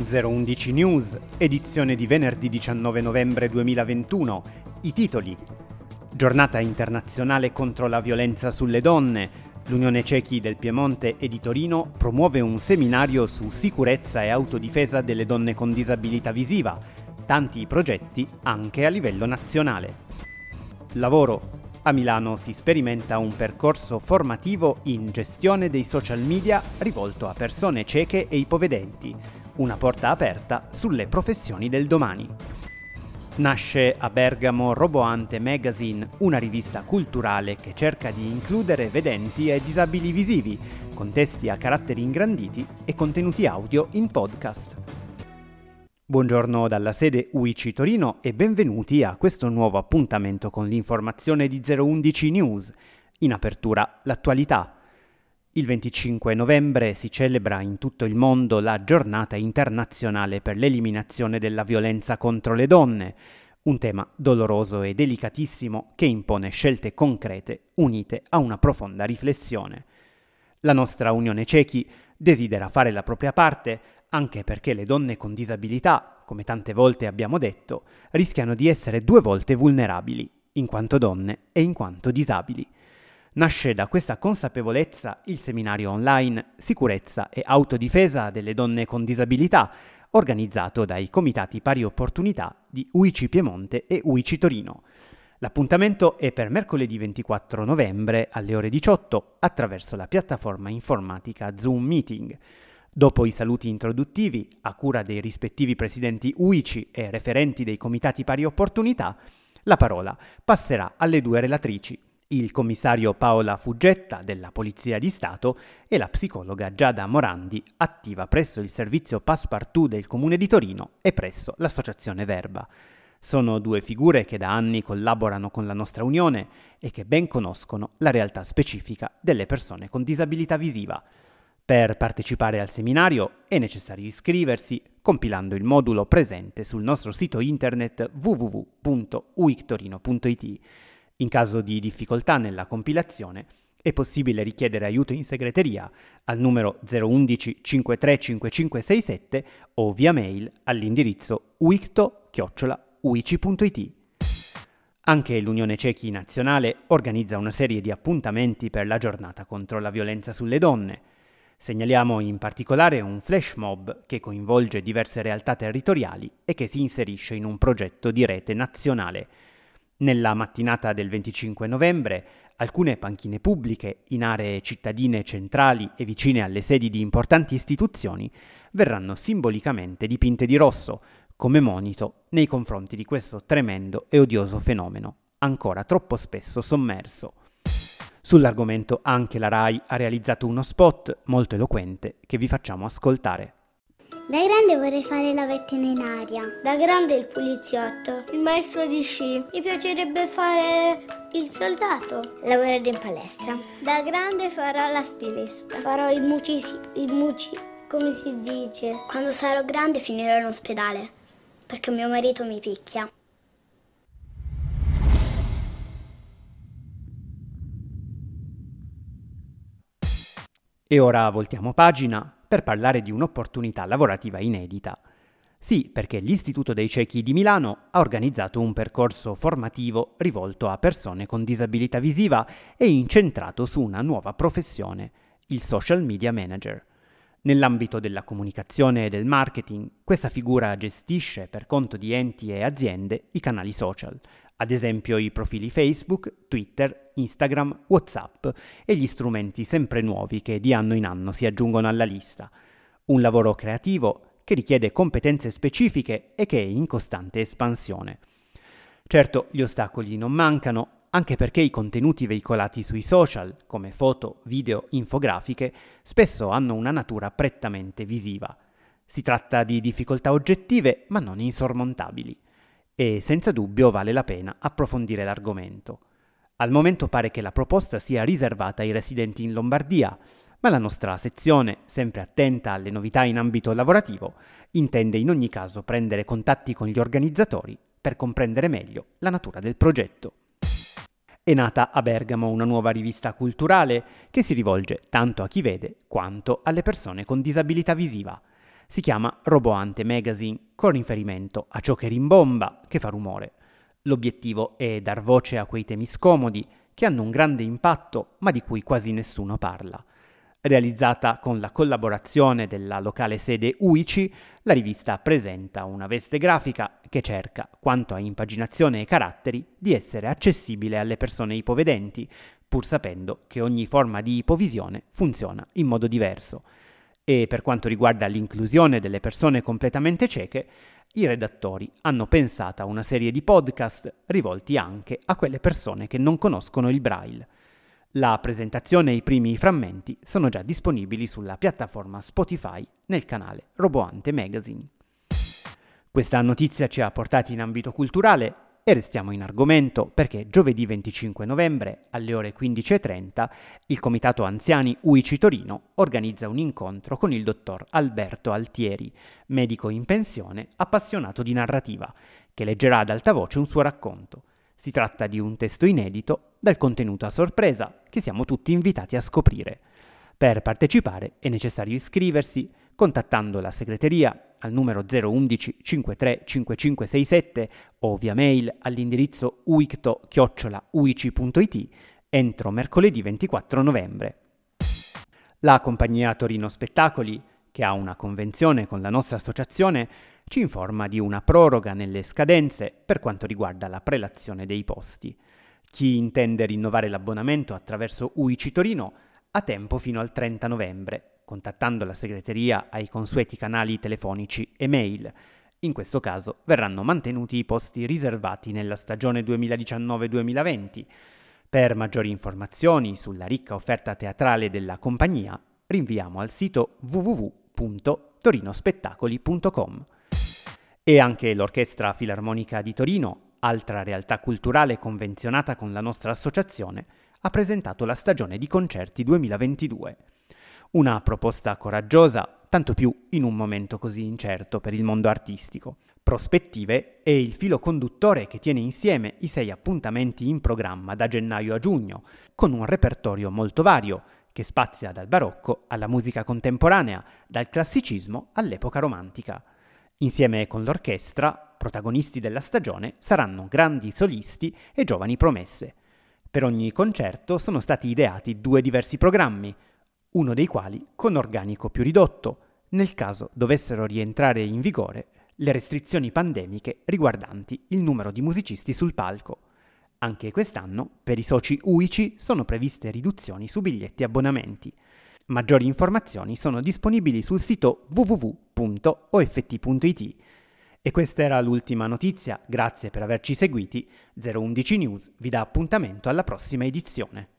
011 News, edizione di venerdì 19 novembre 2021. I titoli: Giornata internazionale contro la violenza sulle donne. L'Unione Cechi del Piemonte e di Torino promuove un seminario su sicurezza e autodifesa delle donne con disabilità visiva. Tanti progetti anche a livello nazionale. Lavoro. A Milano si sperimenta un percorso formativo in gestione dei social media rivolto a persone cieche e ipovedenti. Una porta aperta sulle professioni del domani. Nasce a Bergamo Roboante Magazine, una rivista culturale che cerca di includere vedenti e disabili visivi, con testi a caratteri ingranditi e contenuti audio in podcast. Buongiorno dalla sede UIC Torino e benvenuti a questo nuovo appuntamento con l'informazione di 011 News. In apertura, l'attualità. Il 25 novembre si celebra in tutto il mondo la Giornata internazionale per l'eliminazione della violenza contro le donne, un tema doloroso e delicatissimo che impone scelte concrete unite a una profonda riflessione. La nostra Unione Cechi desidera fare la propria parte anche perché le donne con disabilità, come tante volte abbiamo detto, rischiano di essere due volte vulnerabili, in quanto donne e in quanto disabili. Nasce da questa consapevolezza il seminario online Sicurezza e autodifesa delle donne con disabilità, organizzato dai comitati pari opportunità di UIC Piemonte e UIC Torino. L'appuntamento è per mercoledì 24 novembre alle ore 18 attraverso la piattaforma informatica Zoom Meeting. Dopo i saluti introduttivi, a cura dei rispettivi presidenti UIC e referenti dei comitati pari opportunità, la parola passerà alle due relatrici, il commissario Paola Fuggetta della Polizia di Stato e la psicologa Giada Morandi, attiva presso il servizio Passepartout del Comune di Torino e presso l'Associazione Verba. Sono due figure che da anni collaborano con la nostra Unione e che ben conoscono la realtà specifica delle persone con disabilità visiva. Per partecipare al seminario è necessario iscriversi compilando il modulo presente sul nostro sito internet www.uictorino.it. In caso di difficoltà nella compilazione è possibile richiedere aiuto in segreteria al numero 011 535567 o via mail all'indirizzo uicto@uici.it. Anche l'Unione Cechi Nazionale organizza una serie di appuntamenti per la giornata contro la violenza sulle donne. Segnaliamo in particolare un flash mob che coinvolge diverse realtà territoriali e che si inserisce in un progetto di rete nazionale. Nella mattinata del 25 novembre, alcune panchine pubbliche in aree cittadine centrali e vicine alle sedi di importanti istituzioni verranno simbolicamente dipinte di rosso, come monito nei confronti di questo tremendo e odioso fenomeno, ancora troppo spesso sommerso. Sull'argomento anche la RAI ha realizzato uno spot molto eloquente che vi facciamo ascoltare. Da grande vorrei fare la veterinaria. Da grande il poliziotto, il maestro di sci. Mi piacerebbe fare il soldato. Lavorare in palestra. Da grande farò la stilista. Farò il come si dice? Quando sarò grande finirò in ospedale, perché mio marito mi picchia. E ora voltiamo pagina per parlare di un'opportunità lavorativa inedita. Sì, perché l'Istituto dei Cechi di Milano ha organizzato un percorso formativo rivolto a persone con disabilità visiva e incentrato su una nuova professione, il social media manager. Nell'ambito della comunicazione e del marketing, questa figura gestisce per conto di enti e aziende i canali social, ad esempio i profili Facebook, Twitter, Instagram, WhatsApp e gli strumenti sempre nuovi che di anno in anno si aggiungono alla lista. Un lavoro creativo che richiede competenze specifiche e che è in costante espansione. Certo, gli ostacoli non mancano, anche perché i contenuti veicolati sui social, come foto, video, infografiche, spesso hanno una natura prettamente visiva. Si tratta di difficoltà oggettive, ma non insormontabili. E senza dubbio vale la pena approfondire l'argomento. Al momento pare che la proposta sia riservata ai residenti in Lombardia, ma la nostra sezione, sempre attenta alle novità in ambito lavorativo, intende in ogni caso prendere contatti con gli organizzatori per comprendere meglio la natura del progetto. È nata a Bergamo una nuova rivista culturale che si rivolge tanto a chi vede quanto alle persone con disabilità visiva. Si chiama Roboante Magazine, con riferimento a ciò che rimbomba, che fa rumore. L'obiettivo è dar voce a quei temi scomodi che hanno un grande impatto, ma di cui quasi nessuno parla. Realizzata con la collaborazione della locale sede UICI, la rivista presenta una veste grafica che cerca, quanto a impaginazione e caratteri, di essere accessibile alle persone ipovedenti, pur sapendo che ogni forma di ipovisione funziona in modo diverso. E per quanto riguarda l'inclusione delle persone completamente cieche, i redattori hanno pensato a una serie di podcast rivolti anche a quelle persone che non conoscono il Braille. La presentazione e i primi frammenti sono già disponibili sulla piattaforma Spotify nel canale Roboante Magazine. Questa notizia ci ha portati in ambito culturale e restiamo in argomento perché giovedì 25 novembre alle ore 15:30 il Comitato Anziani UICI Torino organizza un incontro con il dottor Alberto Altieri, medico in pensione appassionato di narrativa, che leggerà ad alta voce un suo racconto. Si tratta di un testo inedito, dal contenuto a sorpresa, che siamo tutti invitati a scoprire. Per partecipare è necessario iscriversi contattando la segreteria al numero 011 53 5567 o via mail all'indirizzo uicto@uici.it entro mercoledì 24 novembre. La compagnia Torino Spettacoli, che ha una convenzione con la nostra associazione, ci informa di una proroga nelle scadenze per quanto riguarda la prelazione dei posti. Chi intende rinnovare l'abbonamento attraverso UICI Torino ha tempo fino al 30 novembre, contattando la segreteria ai consueti canali telefonici e mail. In questo caso verranno mantenuti i posti riservati nella stagione 2019-2020. Per maggiori informazioni sulla ricca offerta teatrale della compagnia, rinviamo al sito www.torinospettacoli.com. E anche l'Orchestra Filarmonica di Torino, altra realtà culturale convenzionata con la nostra associazione, ha presentato la stagione di concerti 2022. Una proposta coraggiosa, tanto più in un momento così incerto per il mondo artistico. Prospettive è il filo conduttore che tiene insieme i 6 appuntamenti in programma da gennaio a giugno, con un repertorio molto vario, che spazia dal barocco alla musica contemporanea, dal classicismo all'epoca romantica. Insieme con l'orchestra, protagonisti della stagione saranno grandi solisti e giovani promesse. Per ogni concerto sono stati ideati 2 diversi programmi, uno dei quali con organico più ridotto, nel caso dovessero rientrare in vigore le restrizioni pandemiche riguardanti il numero di musicisti sul palco. Anche quest'anno, per i soci UICI, sono previste riduzioni su biglietti e abbonamenti. Maggiori informazioni sono disponibili sul sito www.oft.it. E questa era l'ultima notizia, grazie per averci seguiti. 011 News vi dà appuntamento alla prossima edizione.